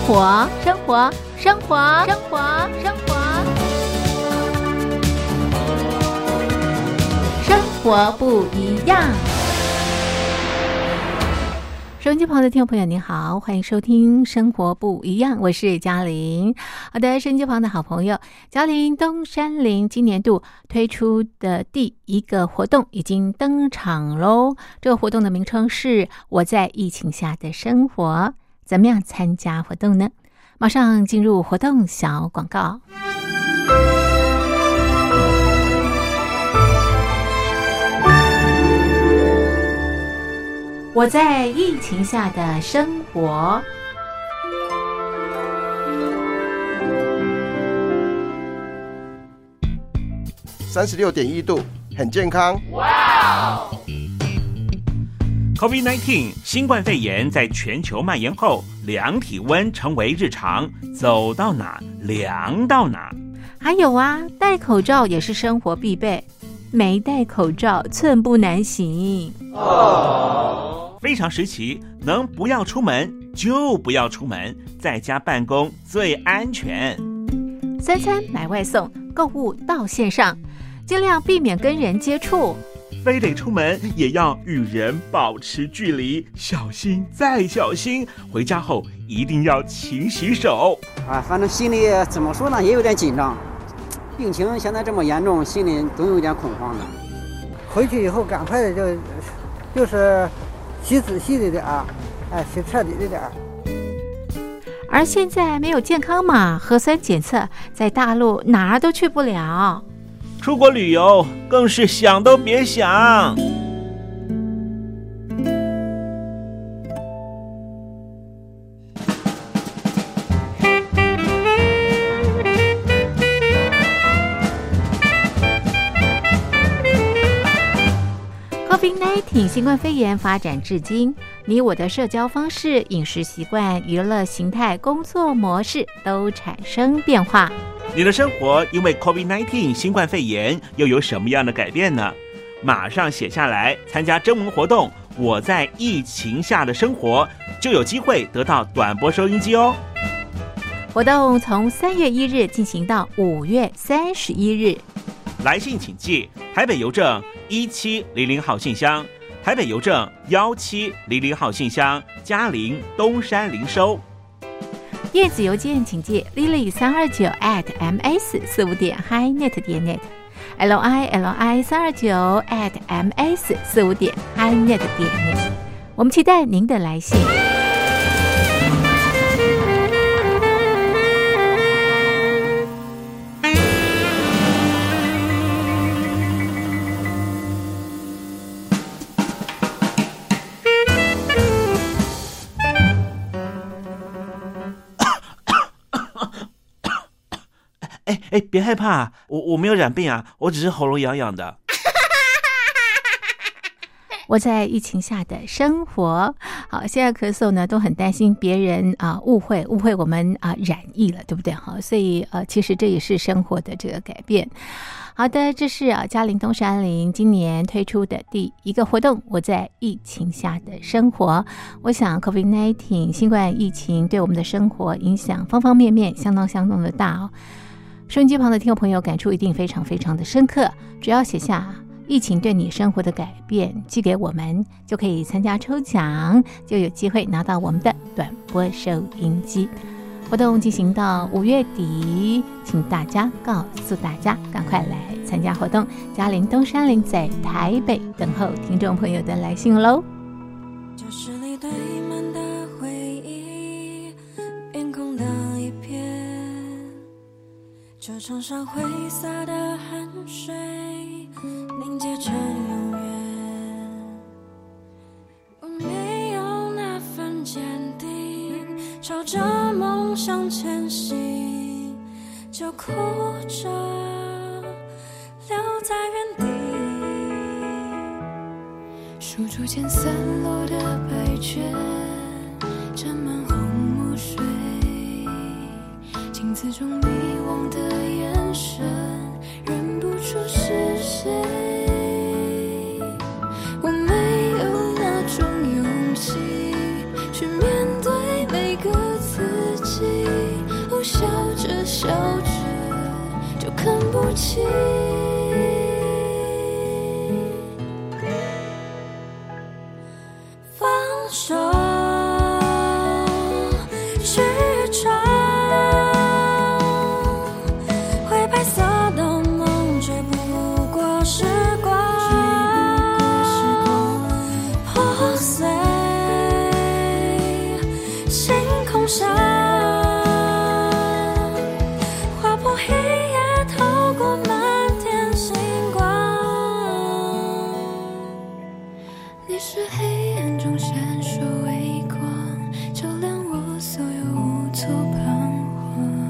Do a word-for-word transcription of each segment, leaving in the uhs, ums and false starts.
活，生活，生活，生活，生活，生活不一样。收音机旁的听众朋友您好，欢迎收听生活不一样，我是嘉玲。好的，收音机旁的好朋友，嘉玲东山林今年度推出的第一个活动已经登场喽。这个活动的名称是我在疫情下的生活。怎么样参加活动呢？马上进入活动小广告。我在疫情下的生活。 三十六点一度，很健康。 哇！COVID 十九 新冠肺炎在全球蔓延后，量体温成为日常，走到哪量到哪。 还有啊，戴口罩也是生活必备，没戴口罩寸步难行。 哦。非常时期，能不要出门就不要出门，在家办公最安全。 三餐买外送，购物到线上，尽量避免跟人接触。 非得出门也要与人保持距离，小心再小心。回家后一定要勤洗手。 啊，反正心里怎么说呢，也有点紧张。病情现在这么严重，心里总有点恐慌的。 回去以后赶快就就是洗仔细的点儿，哎，洗彻底的点儿。 而现在没有健康码、核酸检测，在大陆哪儿都去不了。 出国旅游更是想都别想。 COVID 十九 新冠肺炎发展至今，你我的社交方式、饮食习惯、娱乐形态、工作模式都产生变化。 你的生活因为 COVID 十九 新冠肺炎又有什么样的改变呢？马上写下来，参加征文活动，我在疫情下的生活，就有机会得到短波收音机哦。 活动从三月一日进行到五月三十一日。 来信请寄台北邮政一七零零号信箱，台北邮政一七零零号信箱，嘉陵东山零收。 电子邮件请寄 lily 三二九 at ms 四五点 highnet 点 net l i l i 三二九 at ms 四五点 highnet 点 net。我们期待您的来信。 哎哎，别害怕，我我没有染病啊，我只是喉咙痒痒的。 我在疫情下的生活，好，现在咳嗽呢，都很担心别人啊、呃、误会误会我们啊、呃、染疫了，对不对？好，所以呃，其实这也是生活的这个改变。好的，这是啊嘉陵东山林今年推出的第一个活动，我在疫情下的生活。我想 COVID 十九 新冠疫情对我们的生活影响方方面面相当相当的大哦。收音机旁的听众朋友感触一定非常非常的深刻，只要写下疫情对你生活的改变寄给我们，就可以参加抽奖，就有机会拿到我们的短波收音机。活动进行到五月底，请大家告诉大家赶快来参加活动。嘉陵东山林在台北等候听众朋友的来信喽。 教室里堆满的回忆，变空的一片，球场上挥洒的汗水凝结成永远。我没有那份坚定，朝着梦想前行，就哭着留在原地。数逐渐散落的白卷，沾满红墨水，镜子中迷惘的眼神，认不出是谁。我没有那种勇气去面对每个自己， 时光破碎，星空下划破黑夜，透过满天星光。你是黑暗中闪烁微光，照亮我所有无措彷徨。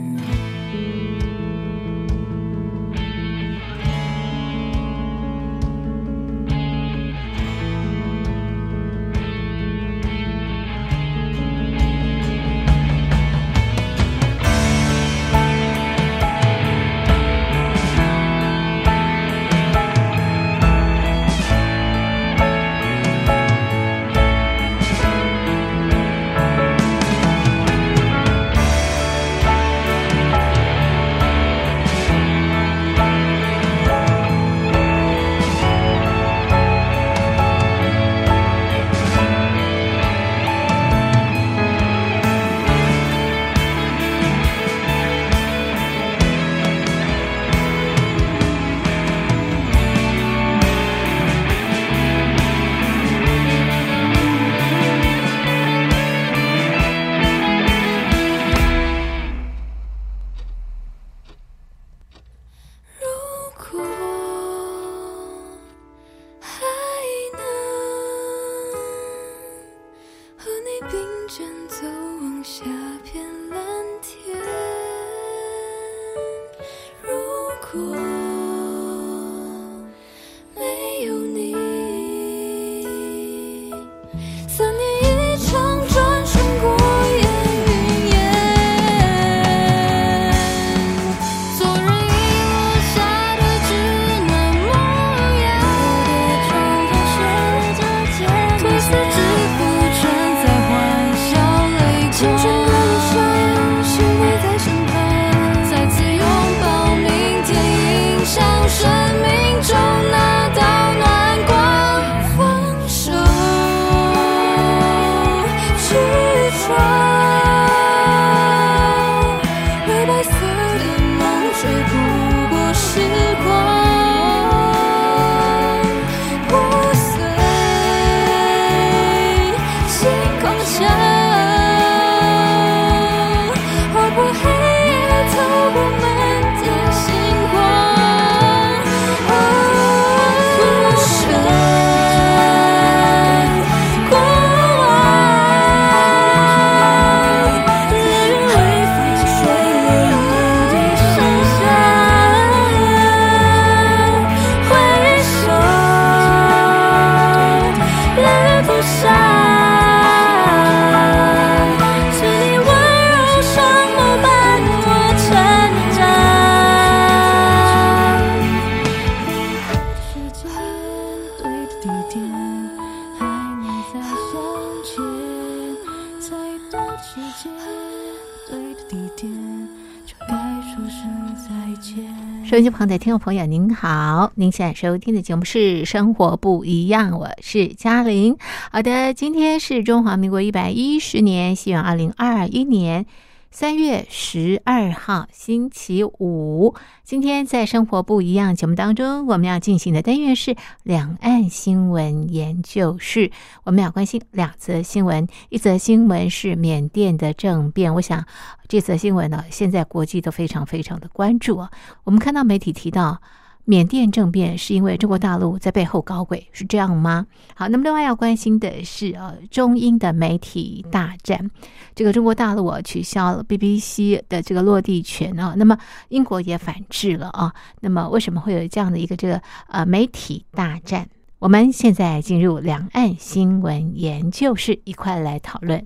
收音机旁的听众朋友您好，您现在收听的节目是生活不一样，我是嘉玲。好的，今天是中华民国一百一十年西元二零二一年三月十二号星期五。今天在生活不一样节目当中，我们要进行的单元是两岸新闻研究室。我们要关心两则新闻，一则新闻是缅甸的政变，我想这则新闻呢，现在国际都非常非常的关注啊。我们看到媒体提到缅甸政变是因为中国大陆在背后搞鬼，是这样吗？好，那么另外要关心的是呃中英的媒体大战。这个中国大陆啊取消了 B B C 的这个落地权啊，那么英国也反制了啊。那么为什么会有这样的一个这个呃媒体大战？我们现在进入两岸新闻研究室，一块来讨论。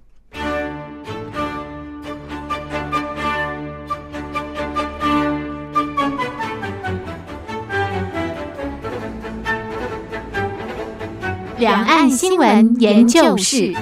两岸新闻研究室。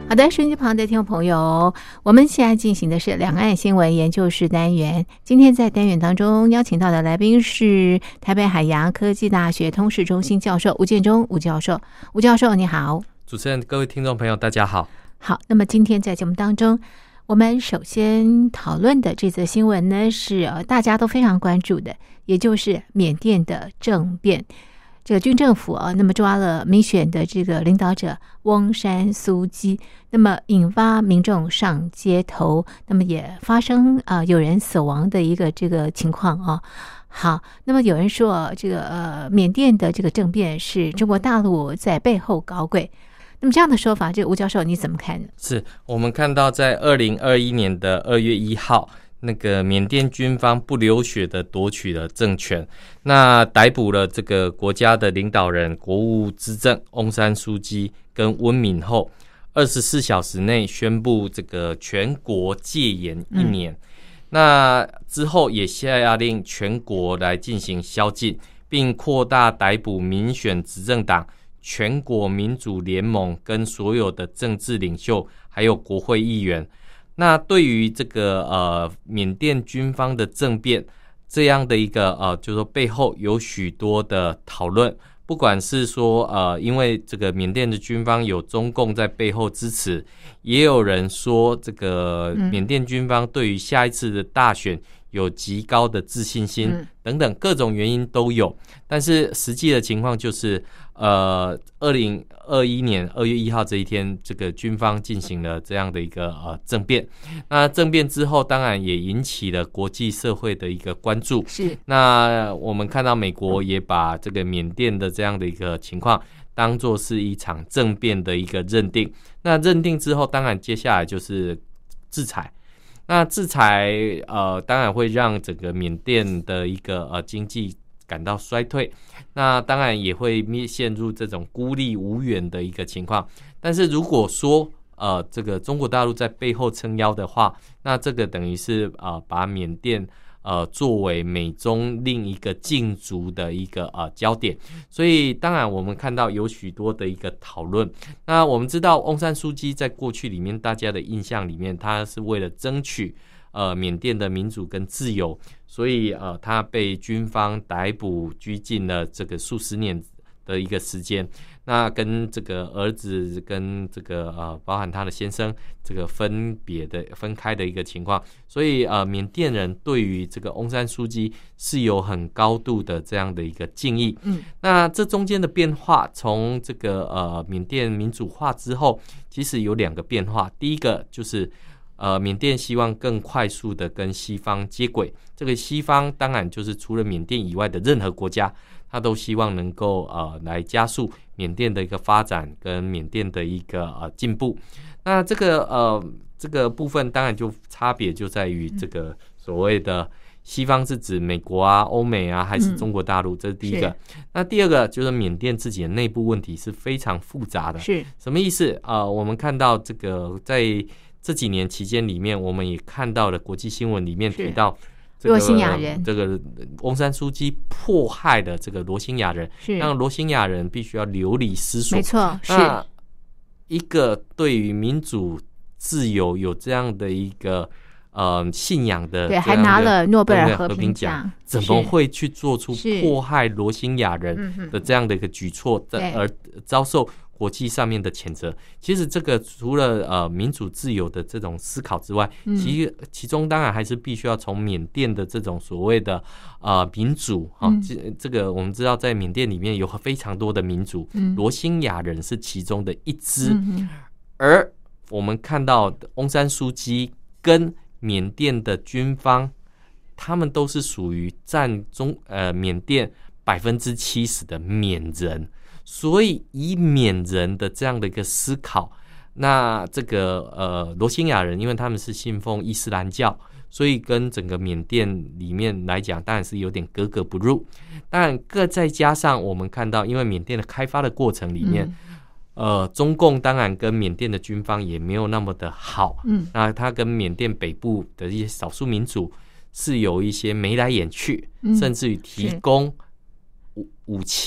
好的，收音机旁的听众朋友，我们现在进行的是两岸新闻研究室单元。今天在单元当中邀请到的来宾是台北海洋科技大学通识中心教授吴建中吴教授。吴教授你好。 主持人，各位听众朋友大家好。 好，那么今天在节目当中，我们首先讨论的这则新闻呢，是呃大家都非常关注的，也就是缅甸的政变。这个军政府啊，那么抓了民选的这个领导者翁山苏姬，那么引发民众上街头，那么也发生啊、呃、有人死亡的一个这个情况啊。好，那么有人说这个呃缅甸的这个政变是中国大陆在背后搞鬼，那么这样的说法，这个吴教授你怎么看呢？ 是我们看到在二零二一年的二月一号。那个缅甸军方不流血的夺取了政权，那逮捕了这个国家的领导人国务资政翁山苏姬跟温敏后，二十四小时内宣布这个全国戒严一年。嗯、那之后也下令全国来进行宵禁，并扩大逮捕民选执政党全国民主联盟跟所有的政治领袖，还有国会议员。那对于这个呃缅甸军方的政变这样的一个呃，就是说背后有许多的讨论，不管是说呃因为这个缅甸的军方有中共在背后支持，也有人说这个缅甸军方对于下一次的大选有极高的自信心等等，各种原因都有。但是实际的情况就是呃二零二一年二月一号这一天，这个军方进行了这样的一个呃政变。那政变之后当然也引起了国际社会的一个关注。 是， 那我们看到美国也把这个缅甸的这样的一个情况当作是一场政变的一个认定。那认定之后当然接下来就是制裁。那制裁呃，当然会让整个缅甸的一个呃经济感到衰退，那当然也会陷入这种孤立无援的一个情况。但是如果说呃这个中国大陆在背后撑腰的话，那这个等于是呃把缅甸呃作为美中另一个竞逐的一个呃焦点。所以当然我们看到有许多的一个讨论。那我们知道翁山苏姬在过去里面大家的印象里面，他是为了争取呃缅甸的民主跟自由，所以呃他被军方逮捕拘禁了这个数十年的一个时间。那跟这个儿子跟这个呃包含他的先生这个分别的分开的一个情况，所以呃缅甸人对于这个翁山苏姬是有很高度的这样的一个敬意。嗯，那这中间的变化，从这个呃缅甸民主化之后，其实有两个变化。第一个就是呃缅甸希望更快速的跟西方接轨，这个西方当然就是除了缅甸以外的任何国家，他都希望能够呃来加速缅甸的一个发展跟缅甸的一个呃进步。那这个呃这个部分当然就差别就在于这个所谓的西方是指美国啊、欧美啊，还是中国大陆？嗯、这是第一个。那第二个就是缅甸自己的内部问题是非常复杂的。 是什么意思？呃，我们看到这个在这几年期间里面，我们也看到了国际新闻里面提到。这个、 罗兴亚人， 这个翁山苏姬迫害的这个罗兴亚人，让罗兴亚人必须要流离失所。 没错，是那一个对于民主自由有这样的一个呃信仰的， 对，还拿了诺贝尔和平奖， 怎么会去做出迫害罗兴亚人的这样的一个举措，而遭受国际上面的谴责？其实这个除了呃民主自由的这种思考之外，嗯、其其中当然还是必须要从缅甸的这种所谓的呃民主哈、嗯，这这个我们知道在缅甸里面有非常多的民族，嗯、罗兴亚人是其中的一支，嗯、而我们看到翁山苏姬跟缅甸的军方，他们都是属于占中呃缅甸百分之七十的缅人。所以以缅人的这样的一个思考，那这个呃罗兴亚人，因为他们是信奉伊斯兰教，所以跟整个缅甸里面来讲，当然是有点格格不入。当然，各再加上我们看到，因为缅甸的开发的过程里面，嗯、呃，中共当然跟缅甸的军方也没有那么的好。嗯，那他跟缅甸北部的一些少数民族是有一些眉来眼去，嗯、甚至于提供武武器。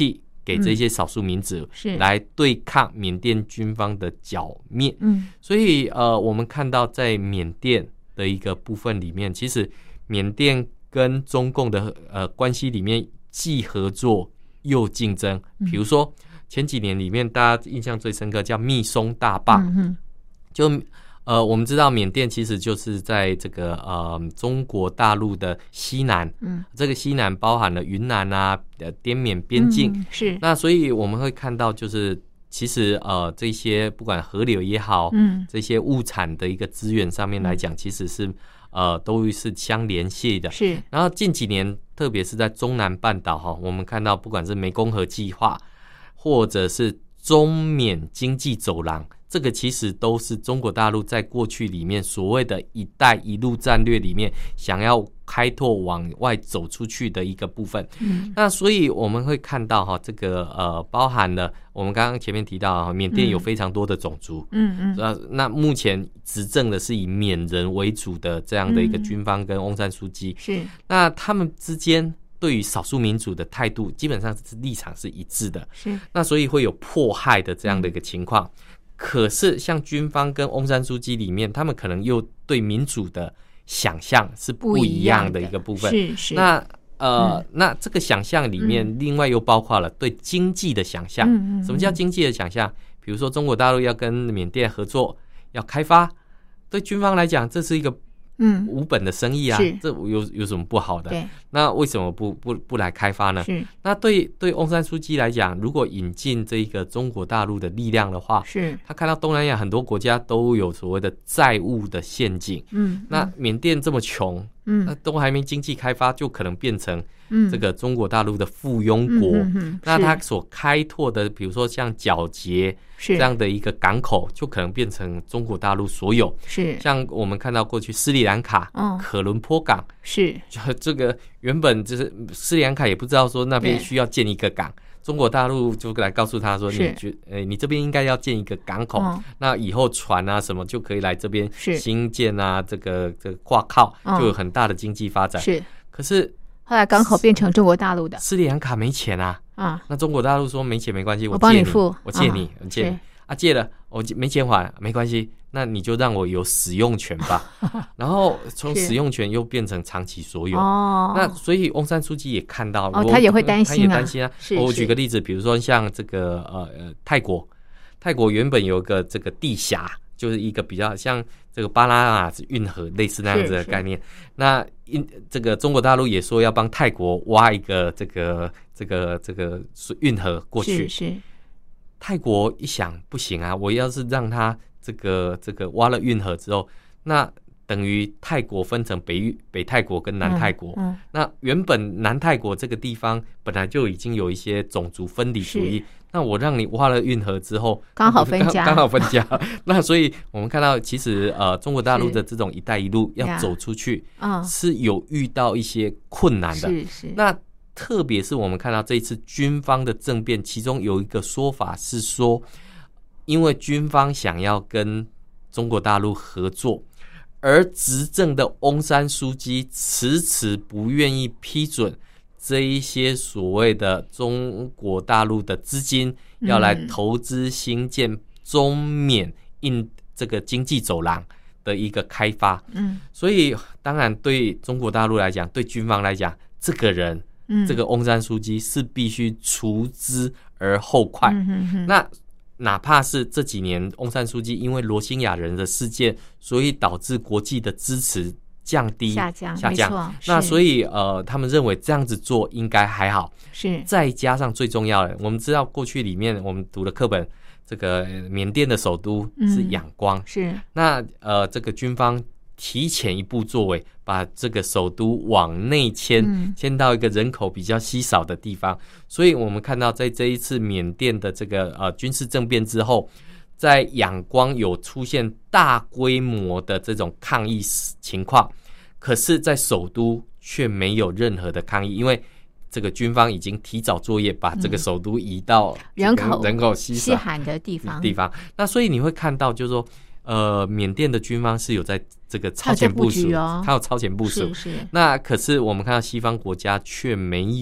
给这些少数民族是来对抗缅甸军方的剿灭。 嗯， 所以呃，我们看到在缅甸的一个部分里面，其实缅甸跟中共的呃关系里面既合作又竞争。比如说前几年里面，大家印象最深刻叫密松大坝， 嗯就呃，我们知道缅甸其实就是在这个呃中国大陆的西南， 嗯， 这个西南包含了云南啊、呃滇缅边境， 嗯、是。 那所以我们会看到，就是其实呃这些不管河流也好， 嗯， 这些物产的一个资源上面来讲，嗯、其实是呃都是相联系的。 是。 然后近几年，特别是在中南半岛哈，我们看到不管是湄公河计划，或者是中缅经济走廊。这个其实都是中国大陆在过去里面所谓的一带一路战略里面想要开拓往外走出去的一个部分。嗯，那所以我们会看到哈，这个呃包含了我们刚刚前面提到缅甸有非常多的种族。嗯嗯。那那目前执政的是以缅人为主的这样的一个军方跟翁山书记。是。那他们之间对于少数民族的态度基本上是立场是一致的。是。那所以会有迫害的这样的一个情况。嗯，可是像军方跟翁山书记里面，他们可能又对民主的想象是不一样的一个部分。是是。那呃、嗯，那这个想象里面，另外又包括了对经济的想象。嗯嗯。什么叫经济的想象？比如说中国大陆要跟缅甸合作，要开发，对军方来讲，这是一个嗯无本的生意啊，这有有什么不好的？对。那为什么不不不来开发呢？是。那对对翁山书记来讲，如果引进这个中国大陆的力量的话，是他看到东南亚很多国家都有所谓的债务的陷阱，嗯，那缅甸这么穷，嗯，那都还没经济开发，就可能变成这个中国大陆的附庸国。嗯嗯嗯、那他所开拓的，比如说像皎洁这样的一个港口，就可能变成中国大陆所有。是像我们看到过去斯里兰卡、哦、可伦坡港，是就这个。原本就是斯里兰卡也不知道说那边需要建一个港，中国大陆就来告诉他说，你觉呃你这边应该要建一个港口，哦、那以后船啊什么就可以来这边新建啊，这个这个挂靠，哦、就有很大的经济发展。是，可是后来港口变成中国大陆的， 斯里兰卡没钱啊，啊，那中国大陆说没钱没关系， 我帮你付， 我借你，我借你啊，借了我没钱还没关系。那你就让我有使用权吧，然后从使用权又变成长期所有。哦，那所以翁山书记也看到， 哦，他也会担心啊， 他也担心啊。我举个例子，比如说像这个呃呃泰国，泰国原本有一个这个地峡，就是一个比较像这个巴拿马运河类似那样子的概念。那因这个中国大陆也说要帮泰国挖一个这个这个这个运河过去。是是。泰国一想不行啊，我要是让他这个这个挖了运河之后，那等于泰国分成北北泰国跟南泰国。嗯嗯、那原本南泰国这个地方本来就已经有一些种族分离主义，那我让你挖了运河之后， 刚好分家， 刚好分家。那所以我们看到，其实呃，中国大陆的这种“一带一路”要走出去，嗯，是有遇到一些困难的。是是。那特别是我们看到这一次军方的政变，其中有一个说法是说，因为军方想要跟中国大陆合作，而执政的翁山书记迟迟不愿意批准这一些所谓的中国大陆的资金要来投资兴建中缅印这个经济走廊的一个开发。嗯，所以当然对中国大陆来讲，对军方来讲，这个人。嗯、这个翁山书记是必须除之而后快。嗯、哼哼那哪怕是这几年翁山书记因为罗兴亚人的事件，所以导致国际的支持降低下降下降。那所以呃，他们认为这样子做应该还好。是再加上最重要的，我们知道过去里面我们读的课本，这个缅甸的首都是仰光。嗯、是那呃，这个军方。提前一步作为，把这个首都往内迁，迁到一个人口比较稀少的地方。所以我们看到，在这一次缅甸的这个呃军事政变之后，在仰光有出现大规模的这种抗议情况，可是，在首都却没有任何的抗议，因为这个军方已经提早作业，把这个首都移到人口人口稀少稀罕的地方地方。那所以你会看到，就是说。呃，缅甸的军方是有在这个超前部署， 哦、 它有超前部署。是是。那可是我们看到西方国家却没有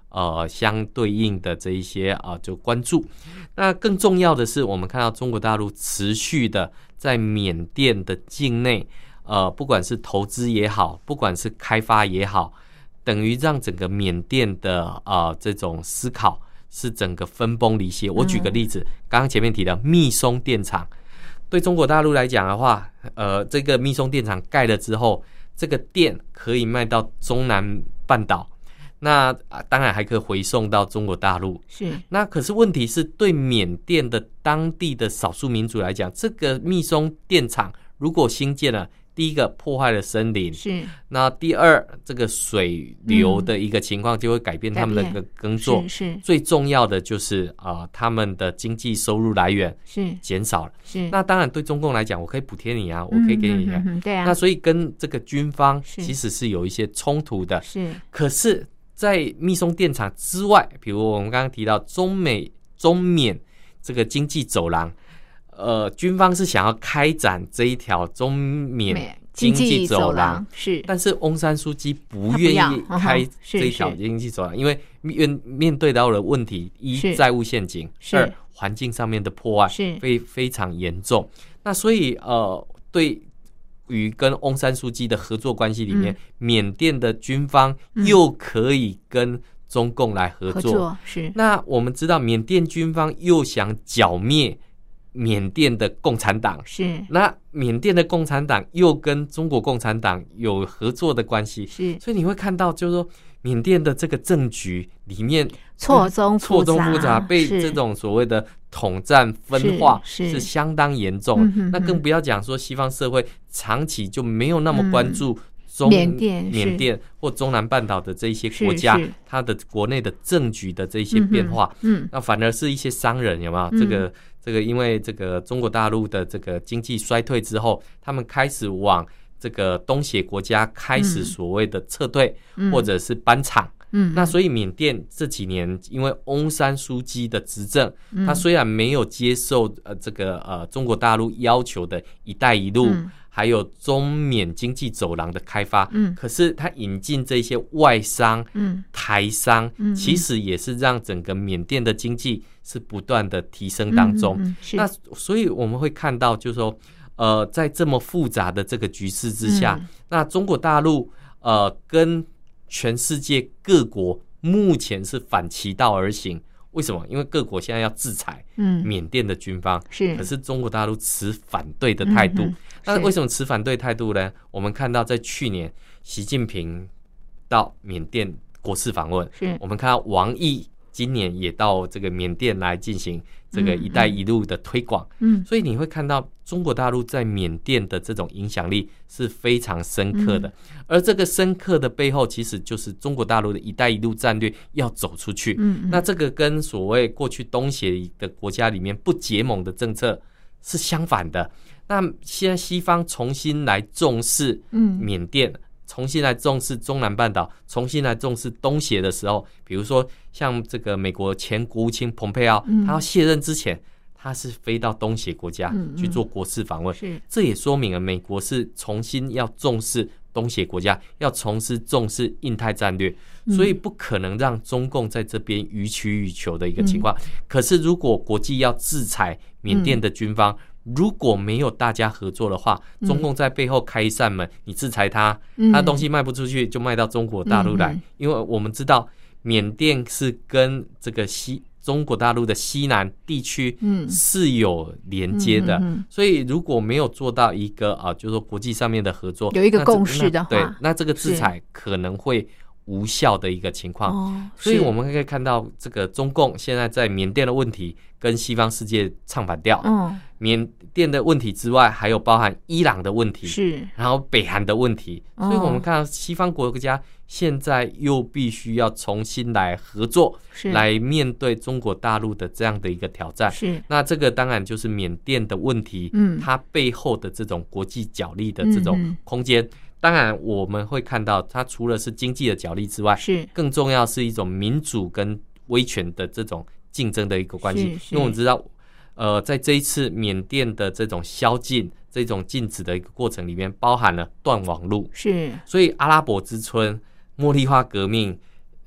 呃相对应的这一些啊、呃、就关注。那更重要的是，我们看到中国大陆持续的在缅甸的境内，呃，不管是投资也好，不管是开发也好，等于让整个缅甸的啊、呃、这种思考是整个分崩离析。我举个例子，刚刚前面提到密松电厂，对中国大陆来讲的话，呃，这个密松电厂盖了之后，这个电可以卖到中南半岛，那、啊、当然还可以回送到中国大陆。 是， 那可是问题是对缅甸的当地的少数民族来讲，这个密松电厂如果兴建了，第一个破坏了森林， 是， 那第二这个水流的一个情况就会改变他们的一个耕作， 是是， 最重要的就是啊、呃，他们的经济收入来源是减少了。 是， 那当然对中共来讲，我可以补贴你啊，我可以给你啊， 嗯嗯嗯、对啊。 那所以跟这个军方其实是有一些冲突的。 是， 可是，在密松电厂之外，比如我们刚刚提到中美中缅这个经济走廊。呃，军方是想要开展这一条中缅经济走廊， 是， 但是翁山书记不愿意开这一条经济走廊，因为面面对到的问题，一债务陷阱，二环境上面的破坏是非非常严重。那所以呃，对于跟翁山书记的合作关系里面，嗯、缅甸的军方又可以跟中共来合作， 合作是。 那我们知道，缅甸军方又想剿灭缅甸的共产党， 是， 那缅甸的共产党又跟中国共产党有合作的关系， 是， 所以你会看到就是说缅甸的这个政局里面错综错综复杂，被这种所谓的统战分化 是, 是, 是相当严重、嗯、那更不要讲说西方社会长期就没有那么关注中、嗯、缅甸缅甸或中南半岛的这一些国家它的国内的政局的这一些变化，嗯，那反而是一些商人有没有、嗯、这个这个因为这个中国大陆的这个经济衰退之后，他们开始往这个东协国家开始所谓的撤退、嗯、或者是搬厂，嗯，那所以缅甸这几年因为翁山书记的执政，嗯、他虽然没有接受呃这个呃中国大陆要求的一带一路、嗯、还有中缅经济走廊的开发，嗯，可是他引进这些外商、嗯，台商，嗯，其实也是让整个缅甸的经济是不断的提升当中，嗯嗯嗯、那所以我们会看到就是说呃在这么复杂的这个局势之下，嗯、那中国大陆呃跟全世界各国目前是反其道而行，为什么？因为各国现在要制裁缅甸的军方，是、嗯，可是中国大陆持反对的态度。嗯、那为什么持反对态度呢？我们看到在去年习近平到缅甸国事访问，是我们看到王毅今年也到这个缅甸来进行这个一带一路的推广，嗯，所以你会看到中国大陆在缅甸的这种影响力是非常深刻的，嗯、而这个深刻的背后其实就是中国大陆的一带一路战略要走出去，嗯嗯，那这个跟所谓过去东协的国家里面不结盟的政策是相反的。那现在西方重新来重视缅甸，嗯重新来重视中南半岛，重新来重视东协的时候，比如说像这个美国前国务卿蓬佩奥，嗯、他要卸任之前，他是飞到东协国家去做国事访问，嗯嗯这也说明了美国是重新要重视东协国家，要重新重视印太战略，嗯、所以不可能让中共在这边予取予求的一个情况。嗯、可是如果国际要制裁缅甸的军方，嗯如果没有大家合作的话，中共在背后开一扇门，嗯、你制裁他，他东西卖不出去就卖到中国大陆来，嗯、因为我们知道缅甸是跟这个西中国大陆的西南地区是有连接的，嗯、所以如果没有做到一个啊，就是说国际上面的合作， 有一个共识的话， 对，那这个制裁可能会无效的一个情况，哦、所以我们可以看到这个中共现在在缅甸的问题跟西方世界唱反调，哦、缅甸的问题之外还有包含伊朗的问题，是，然后北韩的问题，哦、所以我们看到西方国家现在又必须要重新来合作，来面对中国大陆的这样的一个挑战，是，那这个当然就是缅甸的问题，嗯，它背后的这种国际角力的这种空间，嗯当然我们会看到它除了是经济的角力之外，是更重要是一种民主跟威权的这种竞争的一个关系，因为我们知道呃，在这一次缅甸的这种宵禁这种禁止的一个过程里面包含了断网路，是，所以阿拉伯之春、茉莉花革命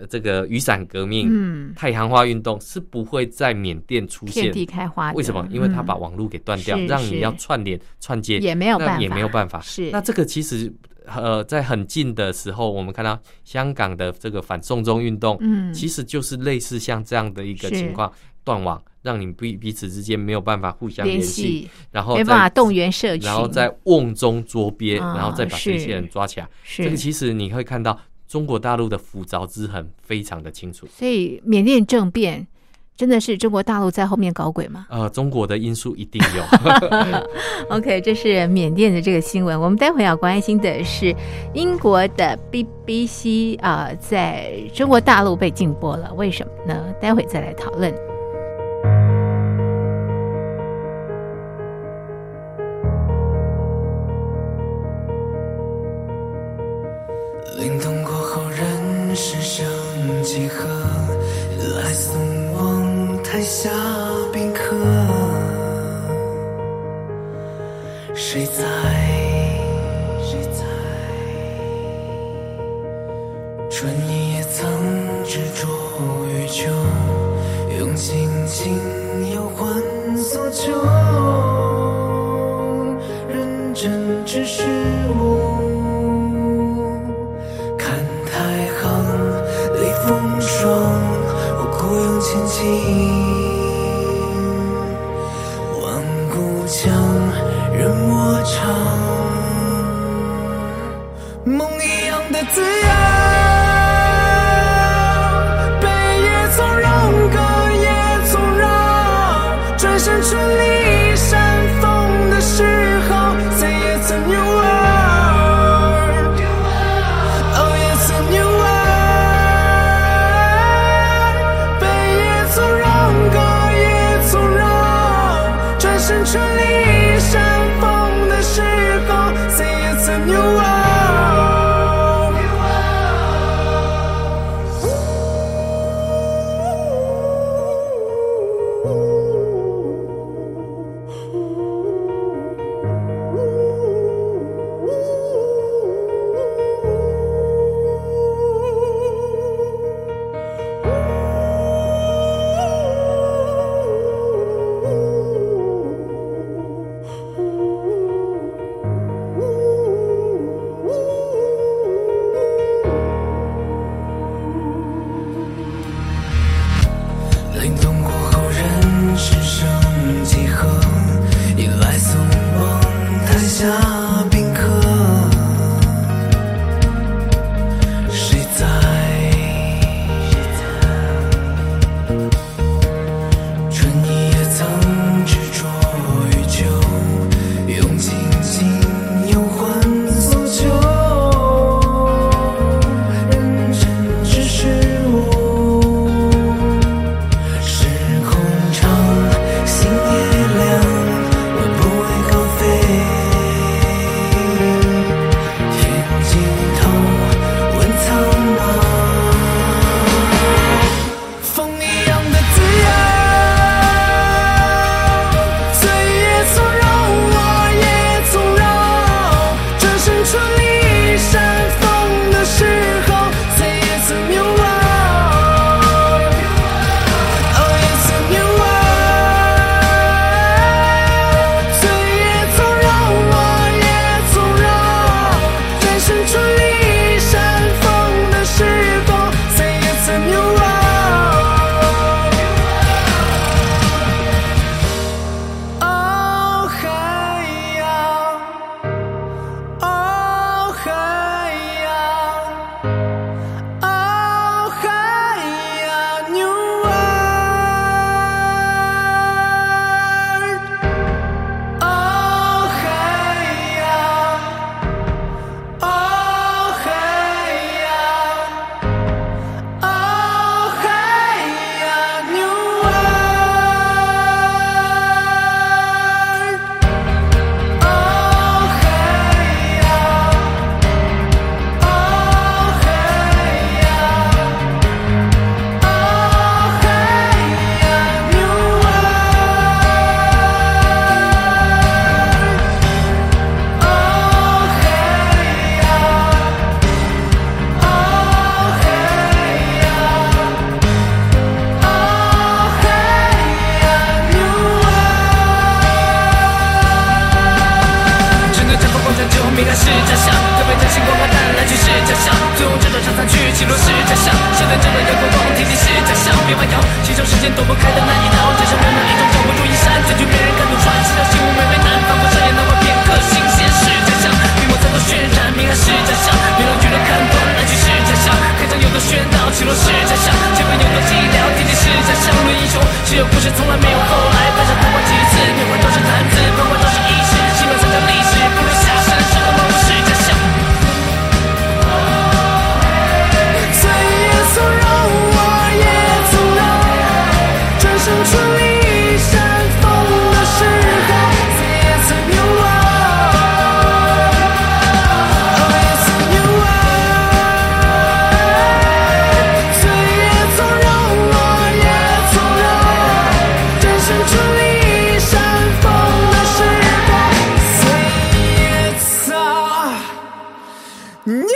这个雨伞革命、 嗯， 太阳花运动是不会在缅甸出现， 遍地开花的。 为什么？因为他把网络给断掉， 嗯、 让你要串联串接也没有办法， 也没有办法。 是， 那这个其实呃，在很近的时候，我们看到香港的这个反送中运动， 嗯， 其实就是类似像这样的一个情况，断网，让你彼彼此之间没有办法互相联系，然后没办法动员社群， 然后在瓮中捉鳖， 哦、 然后再把这些人抓起来。 是， 这个其实你会看到中国大陆的复杂之痕非常的清楚。 所以缅甸政变真的是中国大陆在后面搞鬼吗？ 呃，中国的因素一定有。 OK， 这是缅甸的这个新闻。我们待会要关心的是英国的 B B C 啊、呃，在中国大陆被禁播了，为什么呢？待会再来讨论。 凛冬过后，人世生几何，来送往台下宾客。谁在？谁在？春意也曾执着于秋，用尽情忧欢所求。认真只是我。风霜，我孤勇前进，万古江任我唱，梦一样的滋养，悲也从容，歌也从容，转身春里山峰的时候 ，Say it's a new world， Oh it's a new world。春里山峰的时候 Say it's a new world， 能照亮阳光，天气是假象，别弯腰，携手时间躲不开的那一道，街上人们一同脚步如一闪，这句被人看透穿，其他新闻每每难放过商业那么片刻，新鲜是假象，笔墨才能渲染，明暗是假象，别让舆论看断，来去是假象，开场有的喧闹，起落是假象，前面有的寂寥，天气是假象，论英雄，只有故事从来没有后来，摆上不管几次，变换都是谈资，不管都是意识，习惯才叫历史，不如下山，什么都是假象。岁月从容，我也从容，转身处理山峰的时候，谁也曾有我，我也曾有我。岁月从容，我也从容，转身处理山峰的时候，岁月草。No!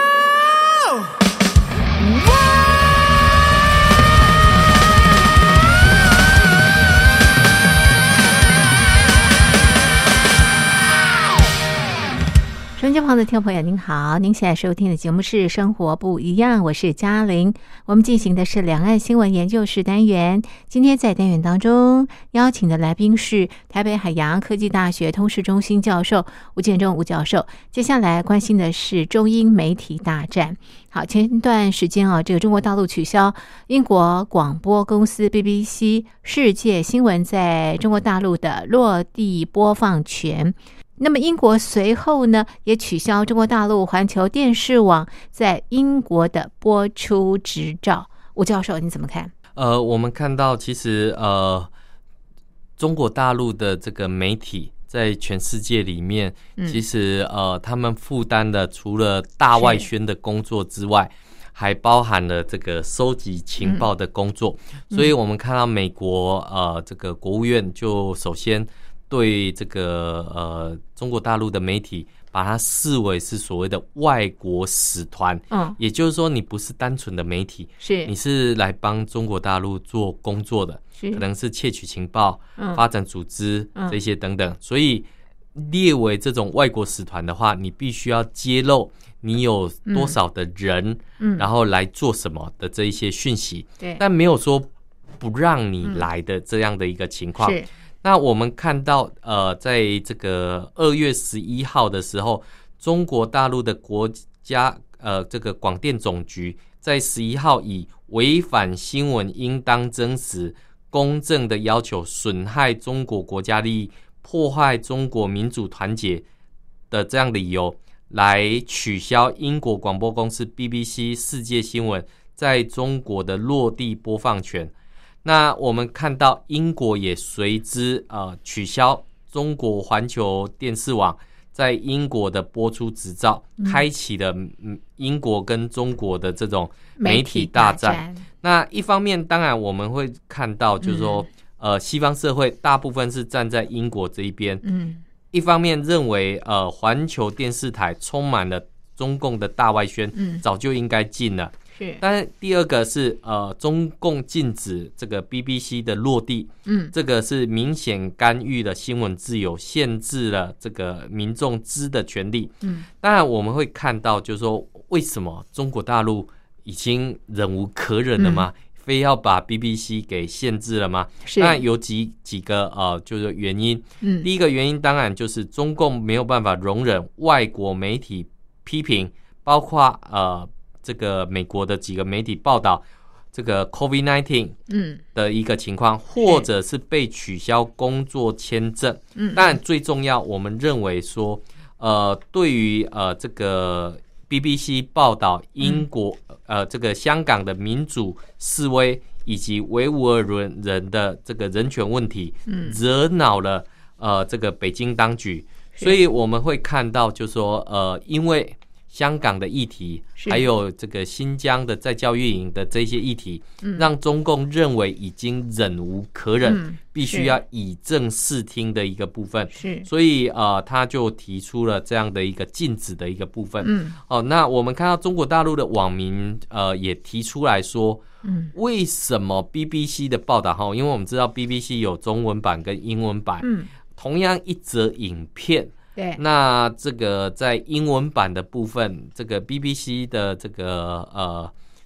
收音机旁的听众朋友您好，您现在收听的节目是生活不一样，我是嘉玲。我们进行的是两岸新闻研究室单元，今天在单元当中邀请的来宾是台北海洋科技大学通识中心教授吴建中吴教授。接下来关心的是中英媒体大战。好，前一段时间啊，这个中国大陆取消英国广播公司 B B C 世界新闻在中国大陆的落地播放权。那么英国随后呢，也取消中国大陆环球电视网在英国的播出执照。吴教授，你怎么看？ 呃，我们看到其实呃，中国大陆的这个媒体在全世界里面，嗯、其实呃，他们负担的除了大外宣的工作之外，还包含了这个收集情报的工作。嗯、所以我们看到美国呃，这个国务院就首先对这个呃中国大陆的媒体，把它视为是所谓的外国使团，嗯，也就是说你不是单纯的媒体， 是你是来帮中国大陆做工作的，可能是窃取情报、 嗯、 发展组织、嗯、这些等等，所以列为这种外国使团的话，你必须要揭露你有多少的人，嗯，然后来做什么的这一些讯息， 对， 但没有说不让你来的这样的一个情况。 是。 那我们看到，呃，在这个二月十一号的时候，中国大陆的国家呃这个广电总局在十一号以违反新闻应当真实、公正的要求，损害中国国家利益、破坏中国民主团结的这样的理由，来取消英国广播公司 B B C 世界新闻在中国的落地播放权。那我们看到英国也随之呃取消中国环球电视网在英国的播出执照，嗯、开启了英国跟中国的这种媒体大战。大战那一方面，当然我们会看到，就是说，嗯、呃，西方社会大部分是站在英国这一边，嗯，一方面认为呃环球电视台充满了中共的大外宣，嗯，早就应该禁了。是，但是第二个是呃，中共禁止这个 B B C 的落地，嗯，这个是明显干预了新闻自由，限制了这个民众知的权利。嗯，当然我们会看到，就是说为什么中国大陆已经忍无可忍了吗？嗯、非要把 B B C 给限制了吗？是，当然有几几个呃，就是原因。嗯，第一个原因当然就是中共没有办法容忍外国媒体批评，包括呃。这个美国的几个媒体报道这个 COVID 十九 嗯的一个情况，嗯、或者是被取消工作签证。嗯，当然最重要，我们认为说，呃，对于呃这个 B B C 报道英国、嗯、呃这个香港的民主示威以及维吾尔人的这个人权问题，嗯，惹恼了呃这个北京当局，所以我们会看到，就是说呃因为香港的议题，还有这个新疆的在教育营的这些议题，嗯、让中共认为已经忍无可忍，嗯、必须要以正视听的一个部分。是，所以呃，他就提出了这样的一个禁止的一个部分。嗯，哦，那我们看到中国大陆的网民呃也提出来说，嗯，为什么 B B C 的报道哈？因为我们知道 B B C 有中文版跟英文版，嗯，同样一则影片。对，那这个在英文版的部分，这个 B B C 的这个呃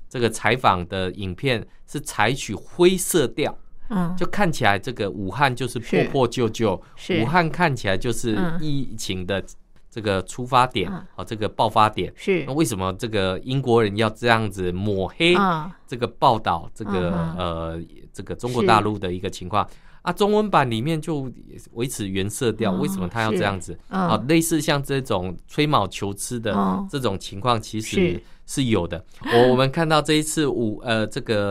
这个采访的影片是采取灰色调，嗯，就看起来这个武汉就是破破旧旧，武汉看起来就是疫情的这个出发点，嗯哦、这个爆发点是。那为什么这个英国人要这样子抹黑这个报道这个、嗯、呃这个中国大陆的一个情况？啊，中文版里面就维持原色调，哦、为什么他要这样子？啊、哦，类似像这种吹毛求疵的这种情况，其实是有的。我我们看到这一次武呃这个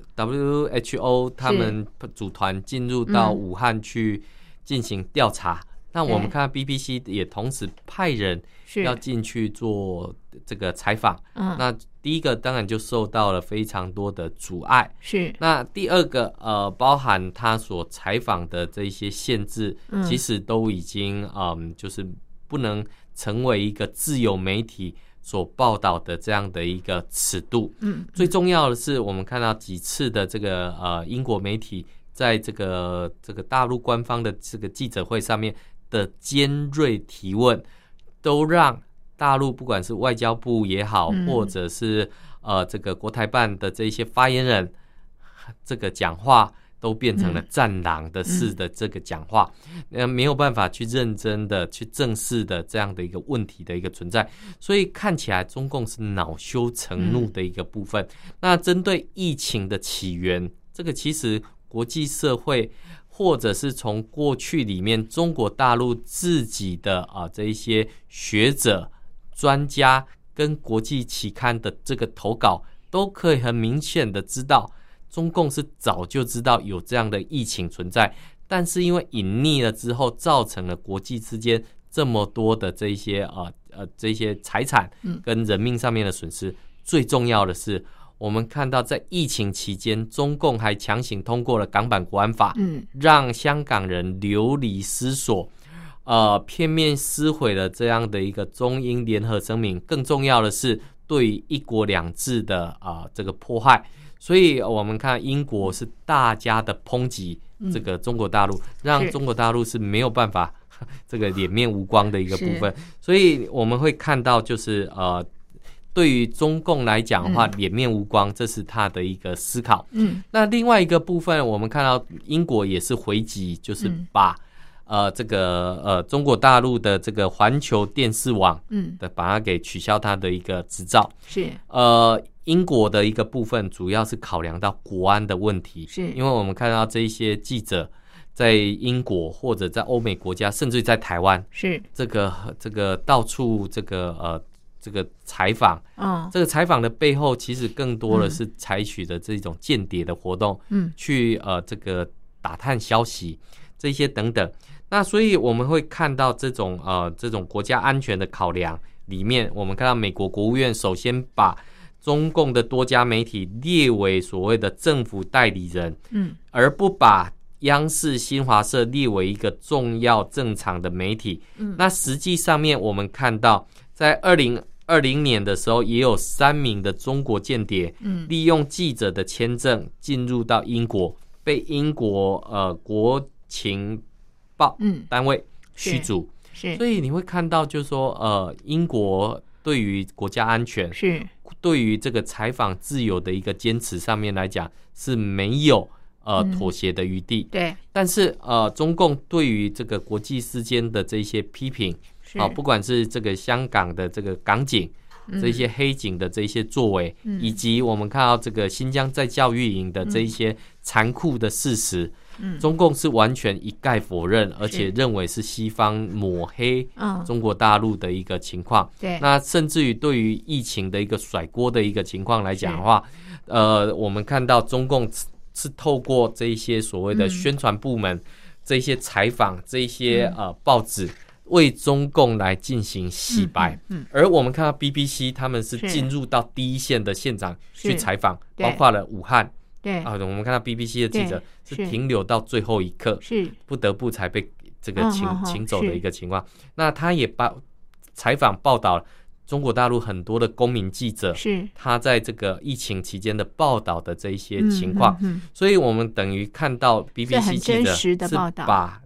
W H O 他们组团进入到武汉去进行调查。嗯，那我们看到 B B C 也同时派人要进去做这个采访，嗯，那第一个当然就受到了非常多的阻碍，是。那第二个呃，包含他所采访的这些限制，嗯，其实都已经嗯，就是不能成为一个自由媒体所报道的这样的一个尺度。嗯，最重要的是，我们看到几次的这个呃英国媒体在这个这个大陆官方的这个记者会上面的尖锐提问，都让大陆不管是外交部也好，嗯、或者是呃这个国台办的这些发言人，这个讲话都变成了战狼的式的这个讲话，呃、嗯、没有办法去认真的去正视的这样的一个问题的一个存在，所以看起来中共是恼羞成怒的一个部分。嗯、那针对疫情的起源，这个其实国际社会，或者是从过去里面中国大陆自己的啊这一些学者、专家跟国际期刊的这个投稿，都可以很明显的知道，中共是早就知道有这样的疫情存在，但是因为隐匿了之后，造成了国际之间这么多的这些呃呃这些财产跟人命上面的损失。嗯、最重要的是，我们看到在疫情期间，中共还强行通过了港版国安法，嗯，让香港人流离失所，呃，片面撕毁了这样的一个中英联合声明。更重要的是，对于一国两制的啊、呃、这个迫害，所以我们看英国是大家的抨击这个中国大陆，嗯、让中国大陆是没有办法这个脸面无光的一个部分。所以我们会看到，就是呃。对于中共来讲的话，嗯、脸面无光，这是他的一个思考。嗯，那另外一个部分，我们看到英国也是回击，就是把、嗯、呃这个呃中国大陆的这个环球电视网，嗯的把它给取消它的一个执照。是呃英国的一个部分，主要是考量到国安的问题，是因为我们看到这一些记者在英国或者在欧美国家，甚至在台湾，是这个这个到处这个呃。这个采访，嗯，这个采访的背后，其实更多的是采取的这种间谍的活动，嗯，去呃这个打探消息，这些等等。那所以我们会看到这种呃这种国家安全的考量里面，我们看到美国国务院首先把中共的多家媒体列为所谓的政府代理人，嗯，而不把央视、新华社列为一个重要正常的媒体。嗯，那实际上面我们看到，在二零二零年的时候，也有三名的中国间谍，嗯，利用记者的签证进入到英国，被英国呃国情报单位驱逐。嗯、是，是所以你会看到，就是说，呃，英国对于国家安全，是对于这个采访自由的一个坚持上面来讲，是没有呃妥协的余地。嗯、对，但是呃，中共对于这个国际之间的这些批评。好，不管是这个香港的这个港警，嗯、这些黑警的这些作为，嗯、以及我们看到这个新疆在教育营的这一些残酷的事实，嗯、中共是完全一概否认，而且认为是西方抹黑中国大陆的一个情况。对，那甚至于对于疫情的一个甩锅的一个情况来讲的话，呃，我们看到中共是透过这一些所谓的宣传部门，嗯、这些采访，这一些呃报纸。为中共来进行洗白，嗯嗯、而我们看到 B B C 他们是进入到第一线的现场去采访，包括了武汉，对啊，我们看到 B B C 的记者是停留到最后一刻，是不得不才被这个请、嗯、请走的一个情况。那他也把采访报道中国大陆很多的公民记者，是他在这个疫情期间的报道的这一些情况，嗯嗯嗯、所以我们等于看到 B B C 记者是把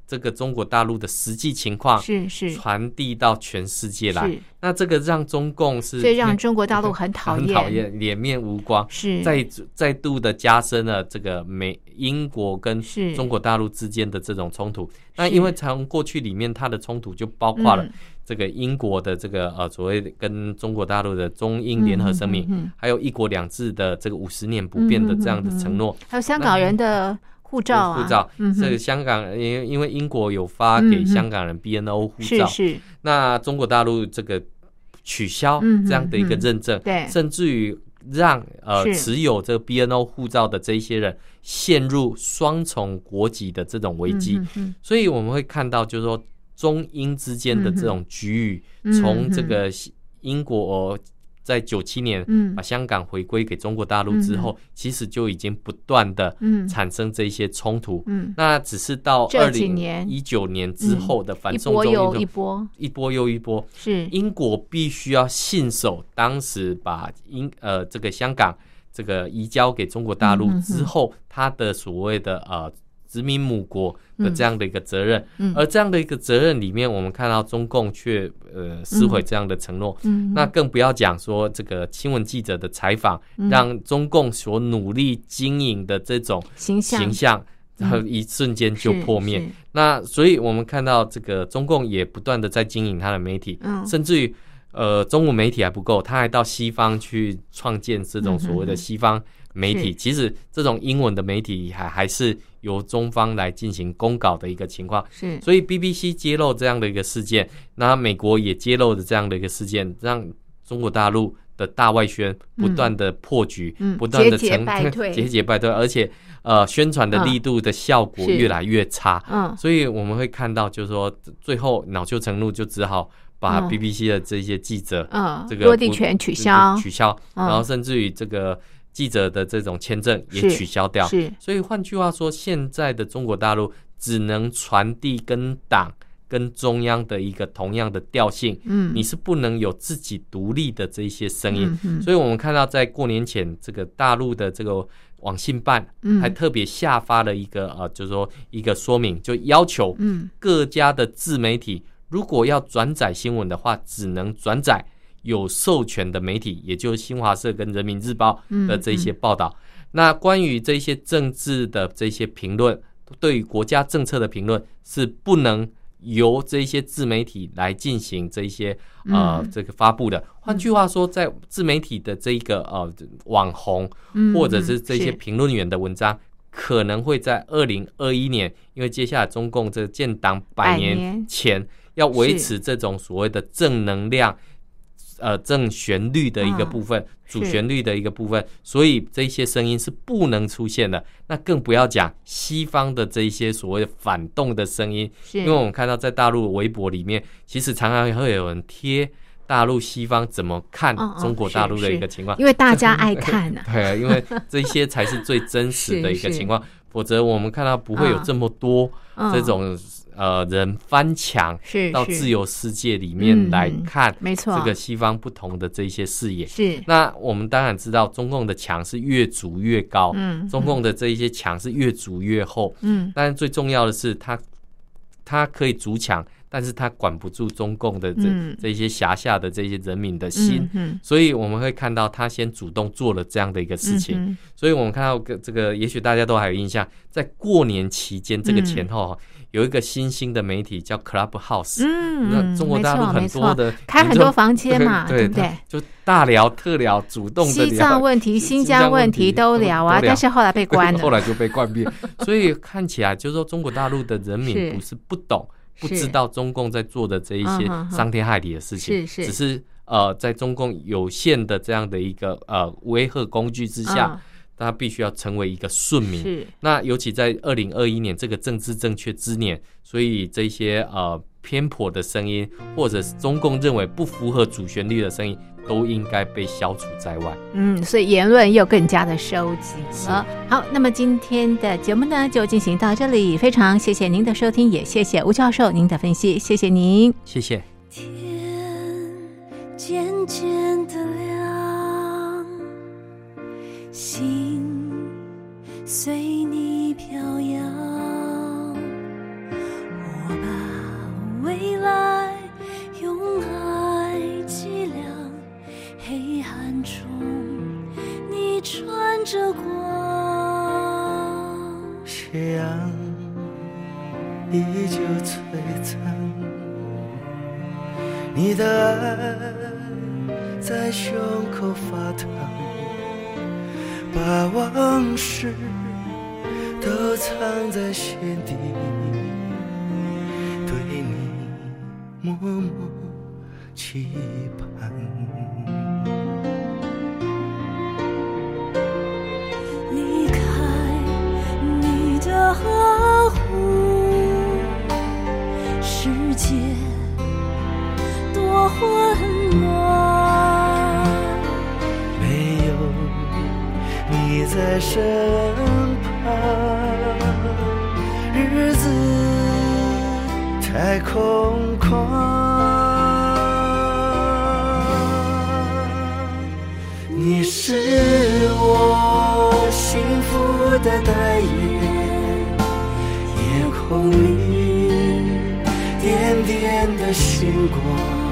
这个中国大陆的实际情况是是传递到全世界来， 是那这个让中共是所以让中国大陆很讨厌， 很讨厌，脸面无光， 是再再度的加深了这个美英国跟中国大陆之间的这种冲突。那因为从过去里面它的冲突就包括了这个英国的这个呃所谓跟中国大陆的中英联合声明，嗯嗯嗯、还有一国两制的这个五十年不变的这样的承诺，嗯嗯嗯、 还有香港人的护照啊， 护照，嗯、这个香港因因为英国有发给香港人 B N O 护照， 嗯、是是， 那中国大陆这个取消这样的一个认证，嗯嗯嗯、对，甚至于让呃持有这个 B N O 护照的这一些人陷入双重国籍的这种危机，嗯嗯嗯、所以我们会看到就是说中英之间的这种局域，从、嗯、这个英国、呃在九七年把香港回归给中国大陆之后，嗯、其实就已经不断的产生这些冲突。嗯、那只是到二零一九年之后的反送中运动， 一波一波又一波。是英国必须要信守当时把英呃这个香港这个移交给中国大陆之后，他的所谓的呃。殖民母国的这样的一个责任，嗯、而这样的一个责任里面，我们看到中共却呃撕毁这样的承诺，嗯、那更不要讲说这个新闻记者的采访，嗯、让中共所努力经营的这种形象，形象然后一瞬间就破灭。那所以我们看到这个中共也不断的在经营他的媒体，嗯、甚至于呃中文媒体还不够，他还到西方去创建这种所谓的西方媒体，其实这种英文的媒体还还是由中方来进行公稿的一个情况，是，所以 B B C 揭露这样的一个事件，那美国也揭露的这样的一个事件，让中国大陆的大外宣不断的破局，嗯、不断的节节败退，节节败退，而且呃宣传的力度的效果越来越差，嗯，所以我们会看到就是说最后恼羞成怒就只好把 B B C 的这些记者，嗯，这个落地权取消， 取消，嗯、然后甚至于这个。记者的这种签证也取消掉，是，所以换句话说，现在的中国大陆只能传递跟党跟中央的一个同样的调性，嗯，你是不能有自己独立的这些声音，嗯、所以我们看到在过年前，这个大陆的这个网信办还特别下发了一个呃，就是说一个说明，就要求各家的自媒体如果要转载新闻的话，只能转载有授权的媒体，也就是新华社跟人民日报的这些报道，嗯嗯、那关于这些政治的这些评论，对于国家政策的评论是不能由这些自媒体来进行这些呃、嗯、这个发布的。换句话说，在自媒体的这一个呃网红或者是这些评论员的文章，嗯、可能会在二零二一年，因为接下来中共这建党百年前要维持这种所谓的正能量。呃，正旋律的一个部分，嗯、主旋律的一个部分，所以这些声音是不能出现的。那更不要讲西方的这一些所谓的反动的声音，因为我们看到在大陆微博里面，其实常常会有人贴大陆西方怎么看中国大陆的一个情况， 因为大家爱看啊。 对，因为这些才是最真实的一个情况，否则我们看到不会有这么多这种。呃，人翻墙到自由世界里面来看，没错，这个西方不同的这些视野是。那我们当然知道，中共的墙是越筑越高，嗯，中共的这一些墙是越筑越厚，嗯。但是最重要的是，它它可以筑墙，但是它管不住中共的这、嗯、这些辖下的这些人民的心，嗯、所以我们会看到他先主动做了这样的一个事情。嗯、所以我们看到这个，也许大家都还有印象，在过年期间这个前后。嗯有一个新兴的媒体叫 Clubhouse， 嗯，那中国大陆很多的开很多房间嘛，对不对？ 就大聊特聊，主动的聊西藏问题、新疆问题都聊啊，但是后来被关了， 后来就被关闭。所以看起来就是说，中国大陆的人民不是不懂，不知道中共在做的这一些伤天害理的事情，是是，只是呃，在中共有限的这样的一个呃威吓工具之下。嗯他必须要成为一个顺民，那尤其在二零二一年这个政治正确之年，所以这些呃偏颇的声音，或者是中共认为不符合主旋律的声音，都应该被消除在外。 嗯，所以言论又更加的收紧了。好，那么今天的节目呢就进行到这里，非常谢谢您的收听，也谢谢吴教授您的分析，谢谢您， 谢谢。 天渐渐的亮，心随你飘扬， 依旧璀璨。你的爱在胸口发烫，把往事都藏在心底，对你默默期盼。 离开你的呵护，世界多混乱， 没有你在身旁，日子太空旷。你是我幸福的代言，夜空里点点的星光。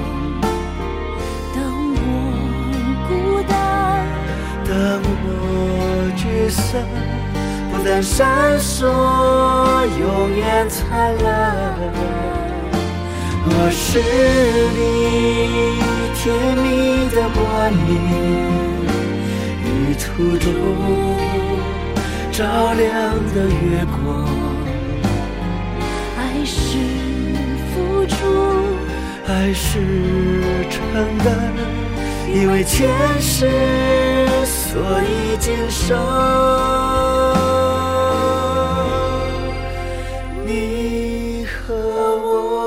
当我孤单， 当我沮丧，不但闪烁，永远灿烂。我是你甜蜜的冠冕，旅途中照亮的月光。 爱是付出， 爱是承担，因为前世所以今生你和我。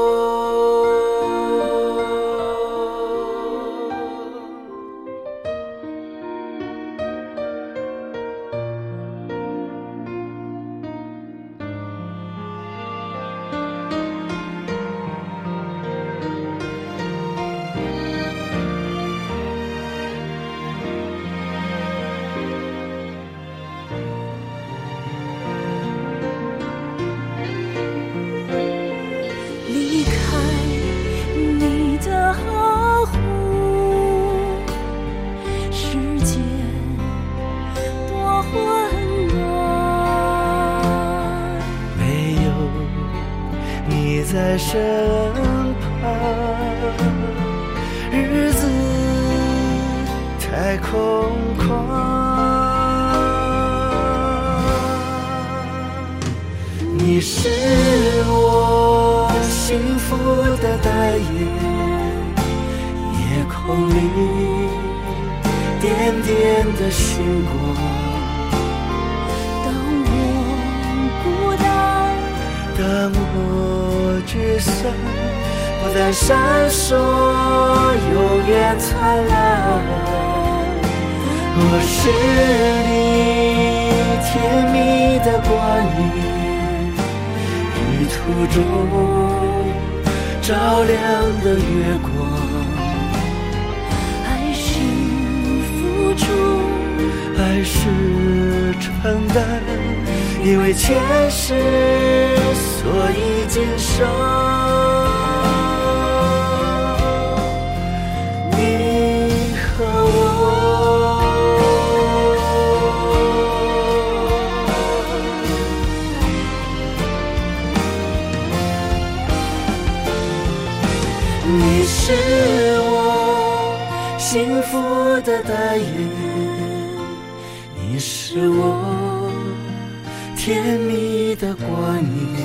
离开你的呵护，世界多混乱， 没有你在身旁，日子太空旷。你是我幸福的代言，夜空里点点的星光。 当我孤单， 当我沮丧，不但闪烁，永远灿烂。我是你甜蜜的冠冕，旅途中照亮的月光。 爱是付出， 爱是承担，因为前世所以今生你和我。你是我幸福的代言，你是我甜蜜的冠冕。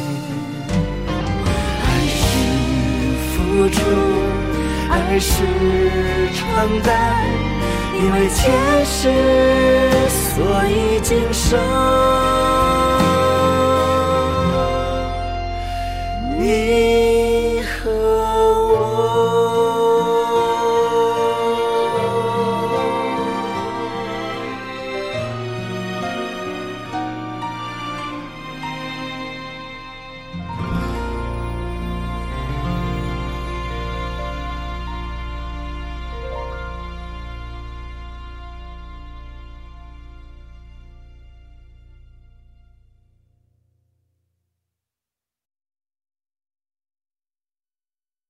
爱是付出，爱是承担，因为前世所以今生你